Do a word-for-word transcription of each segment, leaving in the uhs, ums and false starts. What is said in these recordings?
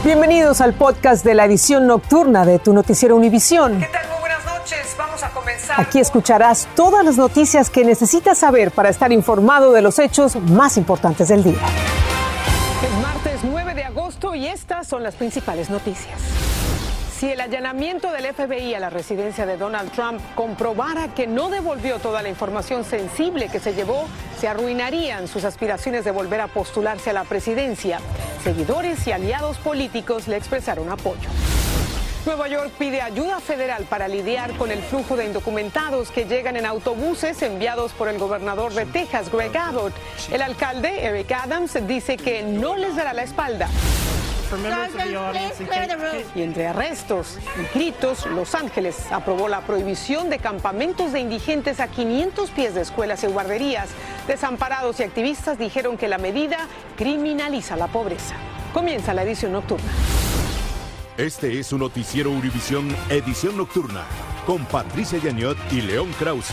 Bienvenidos al podcast de la edición nocturna de tu noticiero Univisión. ¿Qué tal? Muy buenas noches. Vamos a comenzar. Aquí escucharás todas las noticias que necesitas saber para estar informado de los hechos más importantes del día. Es martes nueve de agosto y estas son las principales noticias. Si el allanamiento del F B I a la residencia de Donald Trump comprobara que no devolvió toda la información sensible que se llevó, se arruinarían sus aspiraciones de volver a postularse a la presidencia. Seguidores y aliados políticos le expresaron apoyo. Nueva York pide ayuda federal para lidiar con el flujo de indocumentados que llegan en autobuses enviados por el gobernador de Texas, Greg Abbott. El alcalde, Eric Adams, dice que no les dará la espalda. Y entre arrestos y gritos, Los Ángeles aprobó la prohibición de campamentos de indigentes a quinientos pies de escuelas y guarderías. Desamparados y activistas dijeron que la medida criminaliza la pobreza. Comienza la edición nocturna. Este es su noticiero Univisión Edición Nocturna, con Patricia Yaniot y León Krause.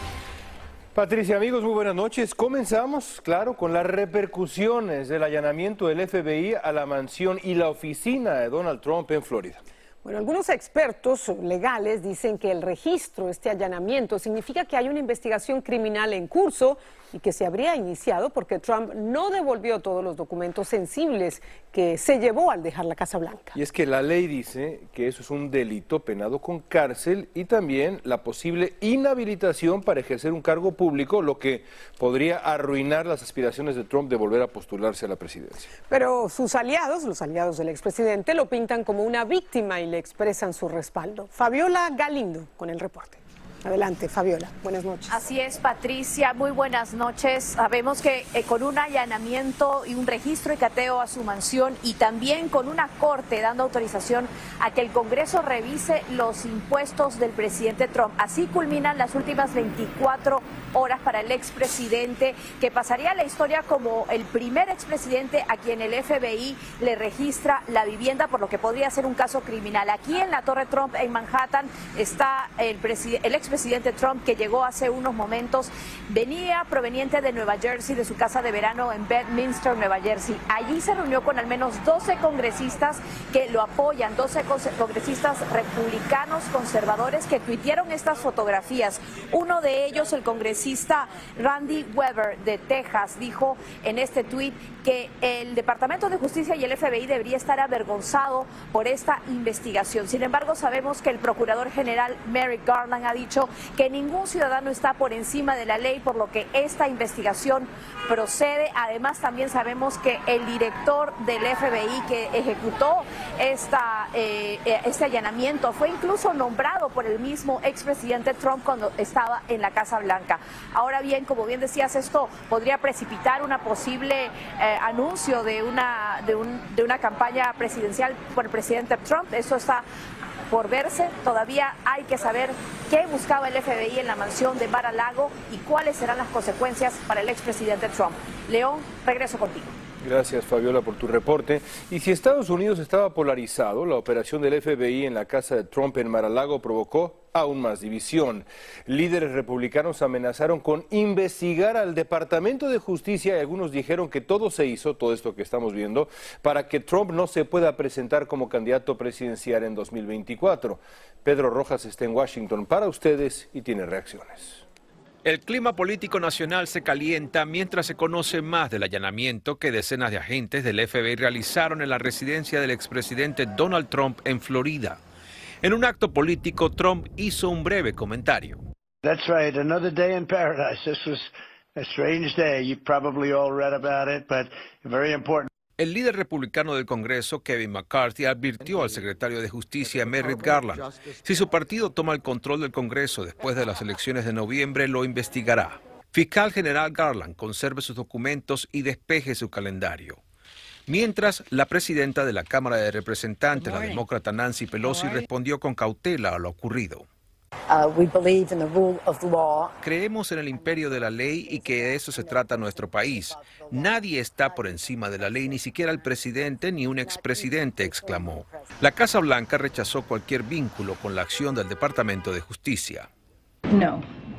Patricia, amigos, muy buenas noches. Comenzamos, claro, con las repercusiones del allanamiento del F B I a la mansión y la oficina de Donald Trump en Florida. Bueno, algunos expertos legales dicen que el registro, este allanamiento, significa que hay una investigación criminal en curso y que se habría iniciado porque Trump no devolvió todos los documentos sensibles que se llevó al dejar la Casa Blanca. Y es que la ley dice que eso es un delito penado con cárcel y también la posible inhabilitación para ejercer un cargo público, lo que podría arruinar las aspiraciones de Trump de volver a postularse a la presidencia. Pero sus aliados, los aliados del expresidente, lo pintan como una víctima y le expresan su respaldo. Fabiola Galindo con el reporte. Adelante, Fabiola. Buenas noches. Así es, Patricia. Muy buenas noches. Sabemos que eh, con un allanamiento y un registro y cateo a su mansión y también con una corte dando autorización a que el Congreso revise los impuestos del presidente Trump. Así culminan las últimas veinticuatro horas para el expresidente, que pasaría a la historia como el primer expresidente a quien el F B I le registra la vivienda, por lo que podría ser un caso criminal. Aquí en la Torre Trump en Manhattan está el, el expresidente presidente Trump, que llegó hace unos momentos, venía proveniente de Nueva Jersey, de su casa de verano en Bedminster, Nueva Jersey. Allí se reunió con al menos doce congresistas que lo apoyan, doce congresistas republicanos conservadores que tuitearon estas fotografías. Uno de ellos, el congresista Randy Weber de Texas, dijo en este tuit que el Departamento de Justicia y el F B I debería estar avergonzado por esta investigación. Sin embargo, sabemos que el procurador general Merrick Garland ha dicho que ningún ciudadano está por encima de la ley, por lo que esta investigación procede. Además, también sabemos que el director del F B I que ejecutó esta, eh, este allanamiento fue incluso nombrado por el mismo expresidente Trump cuando estaba en la Casa Blanca. Ahora bien, como bien decías, esto podría precipitar una posible eh, anuncio de una, de, un, de una campaña presidencial por el presidente Trump. Eso está por verse. Todavía hay que saber qué buscaba el F B I en la mansión de Mar-a-Lago y cuáles serán las consecuencias para el expresidente Trump. León, regreso contigo. Gracias, Fabiola, por tu reporte. Y si Estados Unidos estaba polarizado, la operación del F B I en la casa de Trump en Mar-a-Lago provocó aún más división. Líderes republicanos amenazaron con investigar al Departamento de Justicia y algunos dijeron que todo se hizo, todo esto que estamos viendo, para que Trump no se pueda presentar como candidato presidencial en dos mil veinticuatro. Pedro Rojas está en Washington para ustedes y tiene reacciones. El clima político nacional se calienta mientras se conoce más del allanamiento que decenas de agentes del F B I realizaron en la residencia del expresidente Donald Trump en Florida. En un acto político, Trump hizo un breve comentario. That's right, another day in paradise. This was a strange day. You probably all read about it, but very important. El líder republicano del Congreso, Kevin McCarthy, advirtió al secretario de Justicia, Merrick Garland, si su partido toma el control del Congreso después de las elecciones de noviembre, lo investigará. Fiscal General Garland conserve sus documentos y despeje su calendario. Mientras, la presidenta de la Cámara de Representantes, la demócrata Nancy Pelosi, respondió con cautela a lo ocurrido. Uh, we believe in the rule of law. Creemos en el imperio de la ley y que de eso se trata nuestro país. Nadie está por encima de la ley, ni siquiera el presidente ni un expresidente, exclamó. La Casa Blanca rechazó cualquier vínculo con la acción del Departamento de Justicia. No,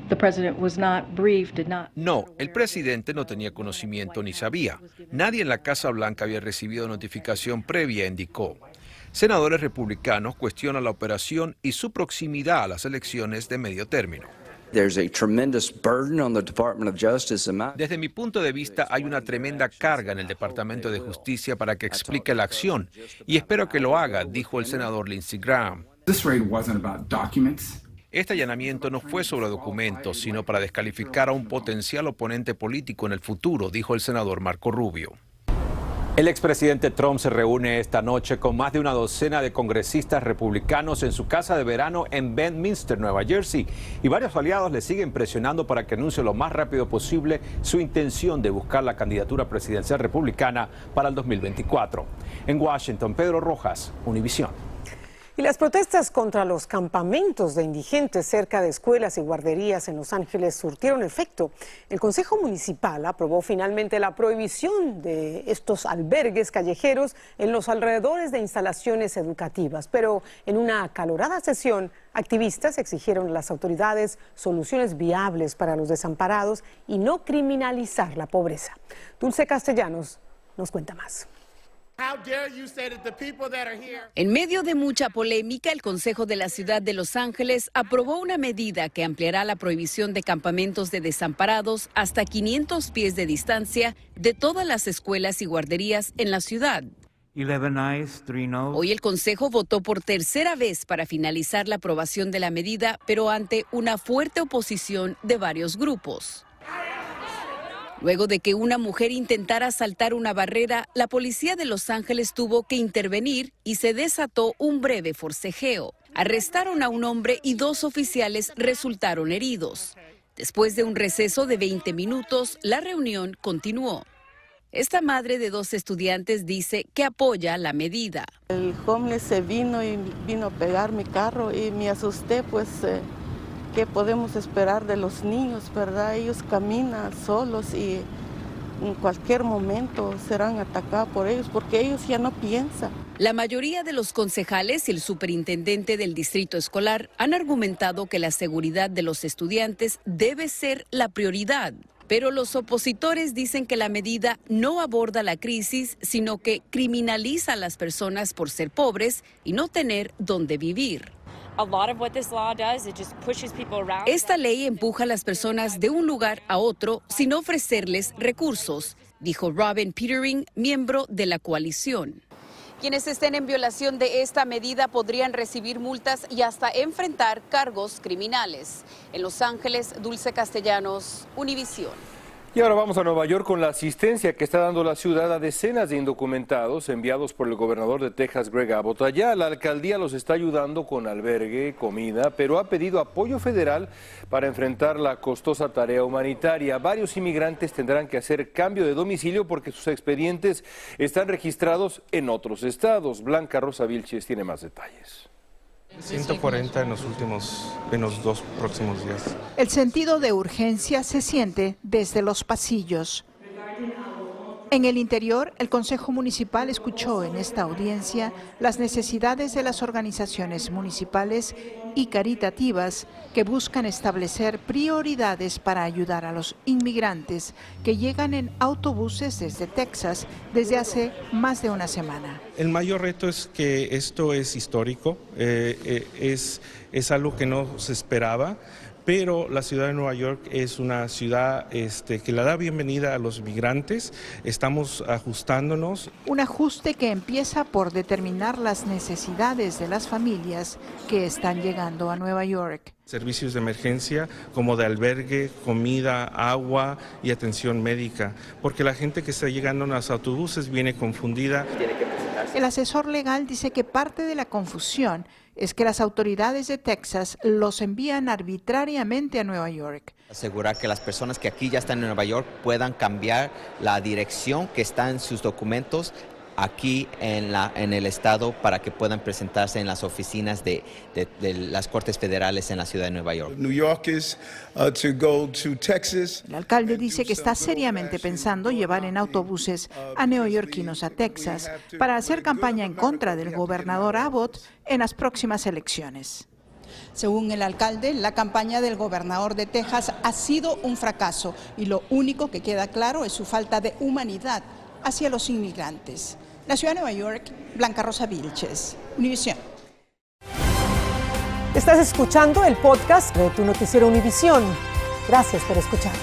No, el presidente no tenía conocimiento ni sabía. Nadie en la Casa Blanca había recibido notificación previa, indicó. Senadores republicanos cuestionan la operación y su proximidad a las elecciones de medio término. Desde mi punto de vista, hay una tremenda carga en el Departamento de Justicia para que explique la acción, y espero que lo haga, dijo el senador Lindsey Graham. Este allanamiento no fue sobre documentos, sino para descalificar a un potencial oponente político en el futuro, dijo el senador Marco Rubio. El expresidente Trump se reúne esta noche con más de una docena de congresistas republicanos en su casa de verano en Bedminster, Nueva Jersey, y varios aliados le siguen presionando para que anuncie lo más rápido posible su intención de buscar la candidatura presidencial republicana para el dos mil veinticuatro. En Washington, Pedro Rojas, Univisión. Y las protestas contra los campamentos de indigentes cerca de escuelas y guarderías en Los Ángeles surtieron efecto. El Consejo Municipal aprobó finalmente la prohibición de estos albergues callejeros en los alrededores de instalaciones educativas. Pero en una acalorada sesión, activistas exigieron a las autoridades soluciones viables para los desamparados y no criminalizar la pobreza. Dulce Castellanos nos cuenta más. En medio de mucha polémica, el Consejo de la Ciudad de Los Ángeles aprobó una medida que ampliará la prohibición de campamentos de desamparados hasta quinientos pies de distancia de todas las escuelas y guarderías en la ciudad. Hoy el Consejo votó por tercera vez para finalizar la aprobación de la medida, pero ante una fuerte oposición de varios grupos. Luego de que una mujer intentara saltar una barrera, la policía de Los Ángeles tuvo que intervenir y se desató un breve forcejeo. Arrestaron a un hombre y dos oficiales resultaron heridos. Después de un receso de veinte minutos, la reunión continuó. Esta madre de dos estudiantes dice que apoya la medida. El homeless se vino y vino a pegar mi carro y me asusté, pues... Eh... ¿Qué podemos esperar de los niños, verdad? Ellos caminan solos y en cualquier momento serán atacados por ellos porque ellos ya no piensan. La mayoría de los concejales y el superintendente del distrito escolar han argumentado que la seguridad de los estudiantes debe ser la prioridad. Pero los opositores dicen que la medida no aborda la crisis, sino que criminaliza a las personas por ser pobres y no tener dónde vivir. Esta ley empuja a las personas de un lugar a otro sin ofrecerles recursos, dijo Robin Petering, miembro de la coalición. Quienes estén en violación de esta medida podrían recibir multas y hasta enfrentar cargos criminales. En Los Ángeles, Dulce Castellanos, Univisión. Y ahora vamos a Nueva York con la asistencia que está dando la ciudad a decenas de indocumentados enviados por el gobernador de Texas, Greg Abbott. Allá la alcaldía los está ayudando con albergue, comida, pero ha pedido apoyo federal para enfrentar la costosa tarea humanitaria. Varios inmigrantes tendrán que hacer cambio de domicilio porque sus expedientes están registrados en otros estados. Blanca Rosa Vilches tiene más detalles. ciento cuarenta en los últimos, en los dos próximos días. El sentido de urgencia se siente desde los pasillos. En el interior, el Consejo Municipal escuchó en esta audiencia las necesidades de las organizaciones municipales y caritativas que buscan establecer prioridades para ayudar a los inmigrantes que llegan en autobuses desde Texas desde hace más de una semana. El mayor reto es que esto es histórico, eh, eh, es, es algo que no se esperaba. Pero la ciudad de Nueva York es una ciudad este, que le da bienvenida a los migrantes. Estamos ajustándonos. Un ajuste que empieza por determinar las necesidades de las familias que están llegando a Nueva York. Servicios de emergencia como de albergue, comida, agua y atención médica. Porque la gente que está llegando en los autobuses viene confundida. El asesor legal dice que parte de la confusión es que las autoridades de Texas los envían arbitrariamente a Nueva York. Asegurar que las personas que aquí ya están en Nueva York puedan cambiar la dirección que está en sus documentos aquí en, la, en el estado para que puedan presentarse en las oficinas de, de, de las Cortes Federales en la ciudad de Nueva York. New Yorkers, uh, to go to Texas. El alcalde dice que está seriamente pensando llevar en autobuses a neoyorquinos a Texas para hacer campaña en contra del gobernador Abbott en las próximas elecciones. Según el alcalde, la campaña del gobernador de Texas ha sido un fracaso y lo único que queda claro es su falta de humanidad hacia los inmigrantes. La ciudad de Nueva York, Blanca Rosa Vilches, Univisión. Estás escuchando el podcast de tu noticiero Univisión. Gracias por escucharnos.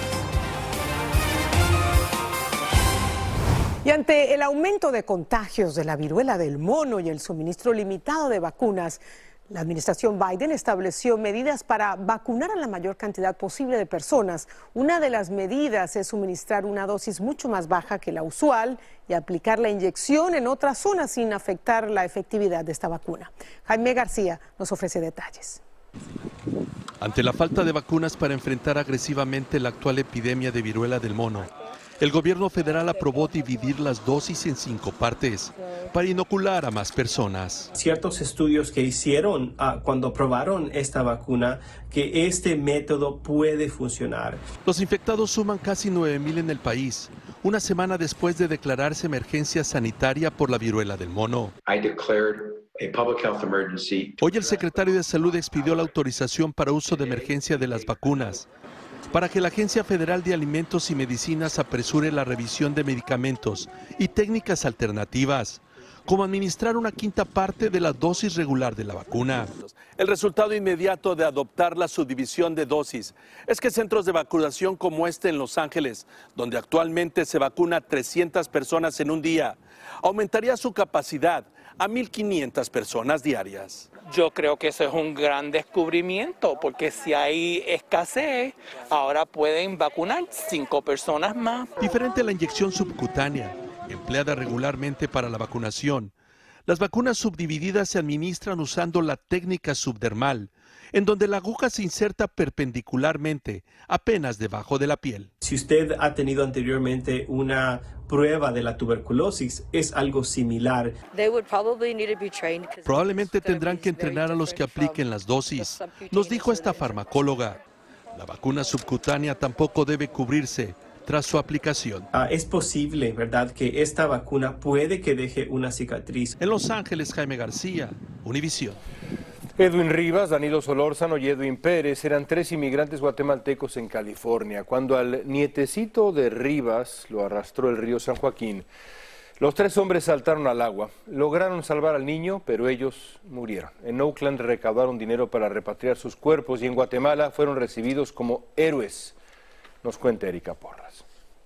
Y ante el aumento de contagios de la viruela del mono y el suministro limitado de vacunas, la administración Biden estableció medidas para vacunar a la mayor cantidad posible de personas. Una de las medidas es suministrar una dosis mucho más baja que la usual y aplicar la inyección en otras zonas sin afectar la efectividad de esta vacuna. Jaime García nos ofrece detalles. Ante la falta de vacunas para enfrentar agresivamente la actual epidemia de viruela del mono, el gobierno federal aprobó dividir las dosis en cinco partes para inocular a más personas. Ciertos estudios que hicieron uh, cuando aprobaron esta vacuna, que este método puede funcionar. Los infectados suman casi nueve mil en el país, una semana después de declararse emergencia sanitaria por la viruela del mono. Hoy el secretario de Salud expidió la autorización para uso de emergencia de las vacunas, para que la Agencia Federal de Alimentos y Medicinas apresure la revisión de medicamentos y técnicas alternativas, como administrar una quinta parte de la dosis regular de la vacuna. El resultado inmediato de adoptar la subdivisión de dosis es que centros de vacunación como este en Los Ángeles, donde actualmente se vacuna a trescientas personas en un día, aumentaría su capacidad a mil quinientas personas diarias. Yo creo que eso es un gran descubrimiento, porque si hay escasez, ahora pueden vacunar cinco personas más. Diferente a la inyección subcutánea, empleada regularmente para la vacunación, las vacunas subdivididas se administran usando la técnica subdermal, en donde la aguja se inserta perpendicularmente, apenas debajo de la piel. Si usted ha tenido anteriormente una prueba de la tuberculosis, es algo similar. Probablemente tendrán que entrenar a los que apliquen las dosis, nos dijo esta farmacóloga. La vacuna subcutánea tampoco debe cubrirse tras su aplicación. Uh, es posible, ¿verdad?, que esta vacuna puede que deje una cicatriz. En Los Ángeles, Jaime García, Univisión. Edwin Rivas, Danilo Solórzano y Edwin Pérez eran tres inmigrantes guatemaltecos en California. Cuando al nietecito de Rivas lo arrastró el río San Joaquín, los tres hombres saltaron al agua. Lograron salvar al niño, pero ellos murieron. En Oakland recaudaron dinero para repatriar sus cuerpos y en Guatemala fueron recibidos como héroes. Nos cuenta Erika Porras.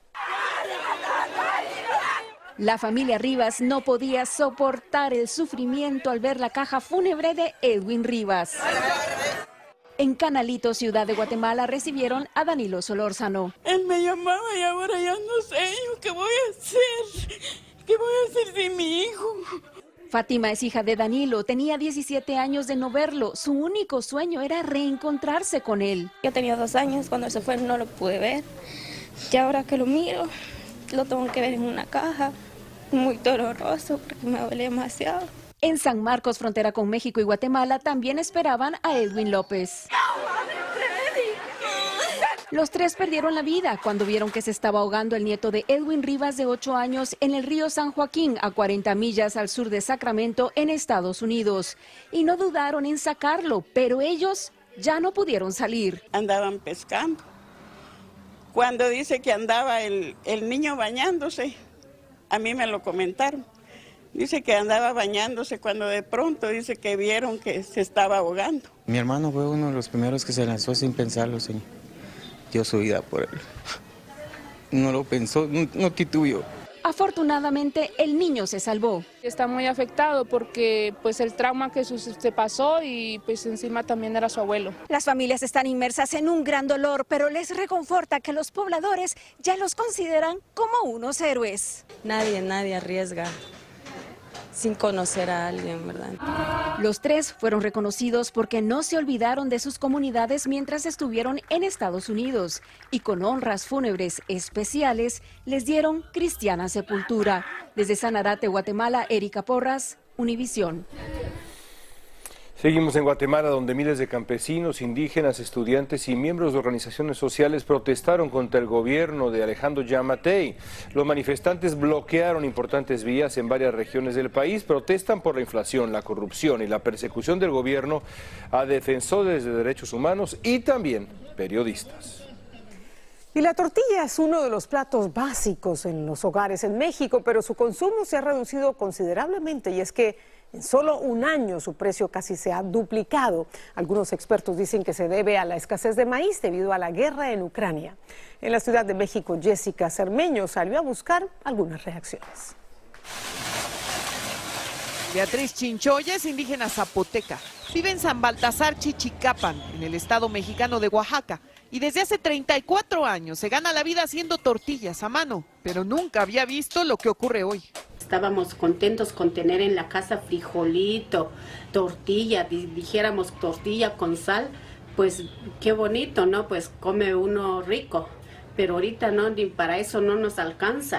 La familia Rivas no podía soportar el sufrimiento al ver la caja fúnebre de Edwin Rivas. En Canalito, ciudad de Guatemala, recibieron a Danilo Solórzano. Él me llamaba y ahora ya no sé yo qué voy a hacer. ¿Qué voy a hacer de mi hijo? Fátima es hija de Danilo, tenía diecisiete años de no verlo. Su único sueño era reencontrarse con él. Yo tenía dos años, cuando se fue no lo pude ver. Y ahora que lo miro, lo tengo que ver en una caja. Muy doloroso porque me duele demasiado. En San Marcos, frontera con México y Guatemala, también esperaban a Edwin López. Los tres perdieron la vida cuando vieron que se estaba ahogando el nieto de Edwin Rivas, de ocho años, en el río San Joaquín, a cuarenta millas al sur de Sacramento, en Estados Unidos. Y no dudaron en sacarlo, pero ellos ya no pudieron salir. Andaban pescando. Cuando dice que andaba el, el niño bañándose, a mí me lo comentaron. Dice que andaba bañándose cuando de pronto dice que vieron que se estaba ahogando. Mi hermano fue uno de los primeros que se lanzó sin pensarlo, señor. Dio su vida por él. No lo pensó, no, no titubeó. Afortunadamente, el niño se salvó. Está muy afectado porque pues el trauma que se pasó y pues encima también era su abuelo. Las familias están inmersas en un gran dolor, pero les reconforta que los pobladores ya los consideran como unos héroes. Nadie, nadie arriesga sin conocer a alguien, ¿verdad? Los tres fueron reconocidos porque no se olvidaron de sus comunidades mientras estuvieron en Estados Unidos y con honras fúnebres especiales les dieron cristiana sepultura. Desde Sanarate, Guatemala, Erika Porras, Univisión. Seguimos en Guatemala, donde miles de campesinos, indígenas, estudiantes y miembros de organizaciones sociales protestaron contra el gobierno de Alejandro Yamatei. Los manifestantes bloquearon importantes vías en varias regiones del país, protestan por la inflación, la corrupción y la persecución del gobierno a defensores de derechos humanos y también periodistas. Y la tortilla es uno de los platos básicos en los hogares en México, pero su consumo se ha reducido considerablemente y es que en solo un año su precio casi se ha duplicado. Algunos expertos dicen que se debe a la escasez de maíz debido a la guerra en Ucrania. En la Ciudad de México, Jessica Cermeño salió a buscar algunas reacciones. Beatriz Chinchoya es indígena zapoteca. Vive en San Baltasar, Chichicapan, en el estado mexicano de Oaxaca. Y desde hace treinta y cuatro años se gana la vida haciendo tortillas a mano, pero nunca había visto lo que ocurre hoy. Estábamos contentos con tener en la casa frijolito, tortilla, dijéramos tortilla con sal, pues qué bonito, ¿no? Pues come uno rico, pero ahorita no, ni para eso no nos alcanza.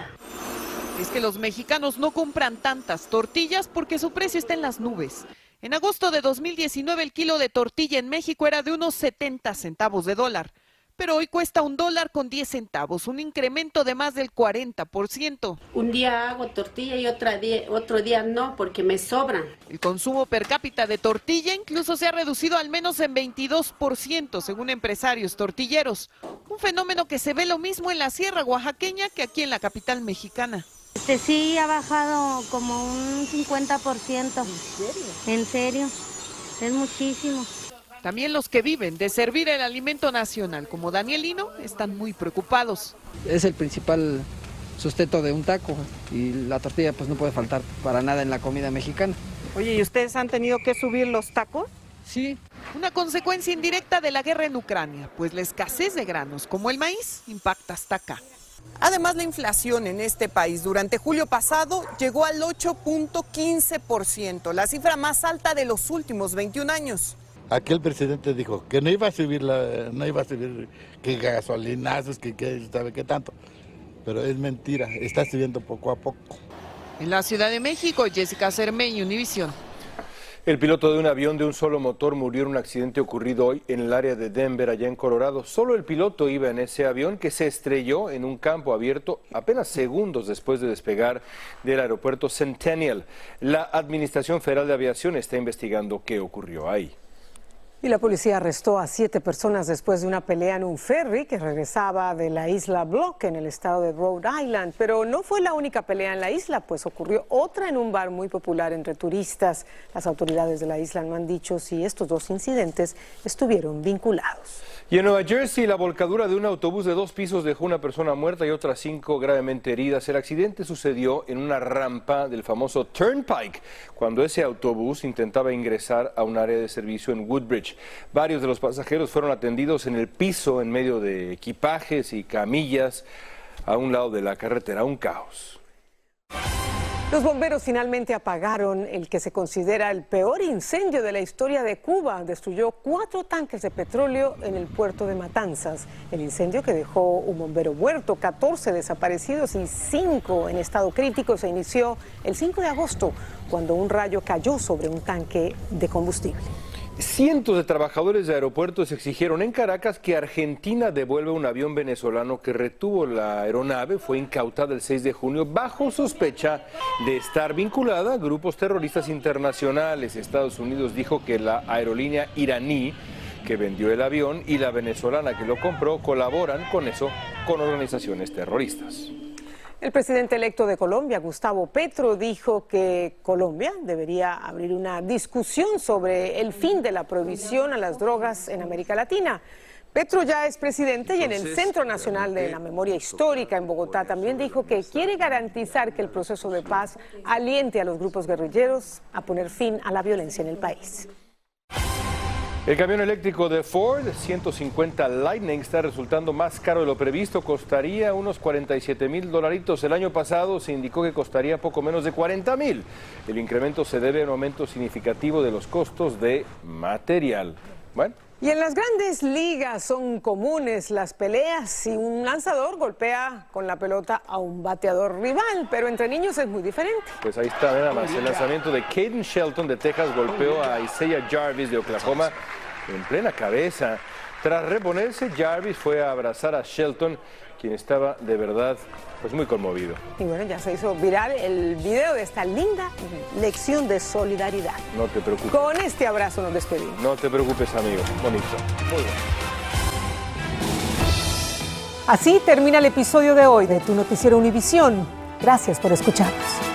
Es que los mexicanos no compran tantas tortillas porque su precio está en las nubes. En agosto de dos mil diecinueve el kilo de tortilla en México era de unos setenta centavos de dólar, pero hoy cuesta un dólar con diez centavos, un incremento de más del cuarenta por ciento. Un día hago tortilla y otro día, otro día no, porque me sobran. El consumo per cápita de tortilla incluso se ha reducido al menos en veintidós por ciento, según empresarios tortilleros. Un fenómeno que se ve lo mismo en la sierra oaxaqueña que aquí en la capital mexicana. Este sí ha bajado como un cincuenta por ciento. ¿En serio? En serio, es muchísimo. También los que viven de servir el alimento nacional, como Daniel Lino, están muy preocupados. Es el principal sustento de un taco y la tortilla pues no puede faltar para nada en la comida mexicana. Oye, ¿y ustedes han tenido que subir los tacos? Sí. Una consecuencia indirecta de la guerra en Ucrania, pues la escasez de granos, como el maíz, impacta hasta acá. Además, la inflación en este país durante julio pasado llegó al ocho punto quince por ciento, la cifra más alta de los últimos veintiún años. Aquí el presidente dijo que no iba a subir, la, no iba a subir que gasolinazos, que, que sabe qué tanto, pero es mentira, está subiendo poco a poco. En la Ciudad de México, Jessica Cermeño, Univisión. El piloto de un avión de un solo motor murió en un accidente ocurrido hoy en el área de Denver, allá en Colorado. Solo el piloto iba en ese avión que se estrelló en un campo abierto apenas segundos después de despegar del aeropuerto Centennial. La Administración Federal de Aviación está investigando qué ocurrió ahí. Y la policía arrestó a siete personas después de una pelea en un ferry que regresaba de la isla Block en el estado de Rhode Island. Pero no fue la única pelea en la isla, pues ocurrió otra en un bar muy popular entre turistas. Las autoridades de la isla no han dicho si estos dos incidentes estuvieron vinculados. Y en Nueva Jersey, la volcadura de un autobús de dos pisos dejó una persona muerta y otras cinco gravemente heridas. El accidente sucedió en una rampa del famoso Turnpike, cuando ese autobús intentaba ingresar a un área de servicio en Woodbridge. Varios de los pasajeros fueron atendidos en el piso en medio de equipajes y camillas a un lado de la carretera. Un caos. Los bomberos finalmente apagaron el que se considera el peor incendio de la historia de Cuba. Destruyó cuatro tanques de petróleo en el puerto de Matanzas. El incendio, que dejó un bombero muerto, catorce desaparecidos y cinco en estado crítico, se inició el cinco de agosto, cuando un rayo cayó sobre un tanque de combustible. Cientos de trabajadores de aeropuertos exigieron en Caracas que Argentina devuelva un avión venezolano que retuvo la aeronave. Fue incautada el seis de junio bajo sospecha de estar vinculada a grupos terroristas internacionales. Estados Unidos dijo que la aerolínea iraní que vendió el avión y la venezolana que lo compró colaboran con eso, con organizaciones terroristas. El presidente electo de Colombia, Gustavo Petro, dijo que Colombia debería abrir una discusión sobre el fin de la prohibición a las drogas en América Latina. Petro ya es presidente y en el Centro Nacional de la Memoria Histórica en Bogotá también dijo que quiere garantizar que el proceso de paz aliente a los grupos guerrilleros a poner fin a la violencia en el país. El camión eléctrico de Ford, ciento cincuenta Lightning, está resultando más caro de lo previsto. Costaría unos cuarenta y siete mil dolaritos. El año pasado se indicó que costaría poco menos de cuarenta mil. El incremento se debe a un aumento significativo de los costos de material. Bueno, Y en las grandes ligas son comunes las peleas y un lanzador golpea con la pelota a un bateador rival, pero entre niños es muy diferente. Pues ahí está, nada más, el lanzamiento de Caden Shelton de Texas golpeó a Isaiah Jarvis de Oklahoma en plena cabeza. Tras reponerse, Jarvis fue a abrazar a Shelton, quien estaba de verdad pues muy conmovido. Y bueno, ya se hizo viral el video de esta linda lección de solidaridad. No te preocupes. Con este abrazo nos despedimos. No te preocupes, amigo. Bonito. Muy bien. Así termina el episodio de hoy de Tu Noticiero Univisión. Gracias por escucharnos.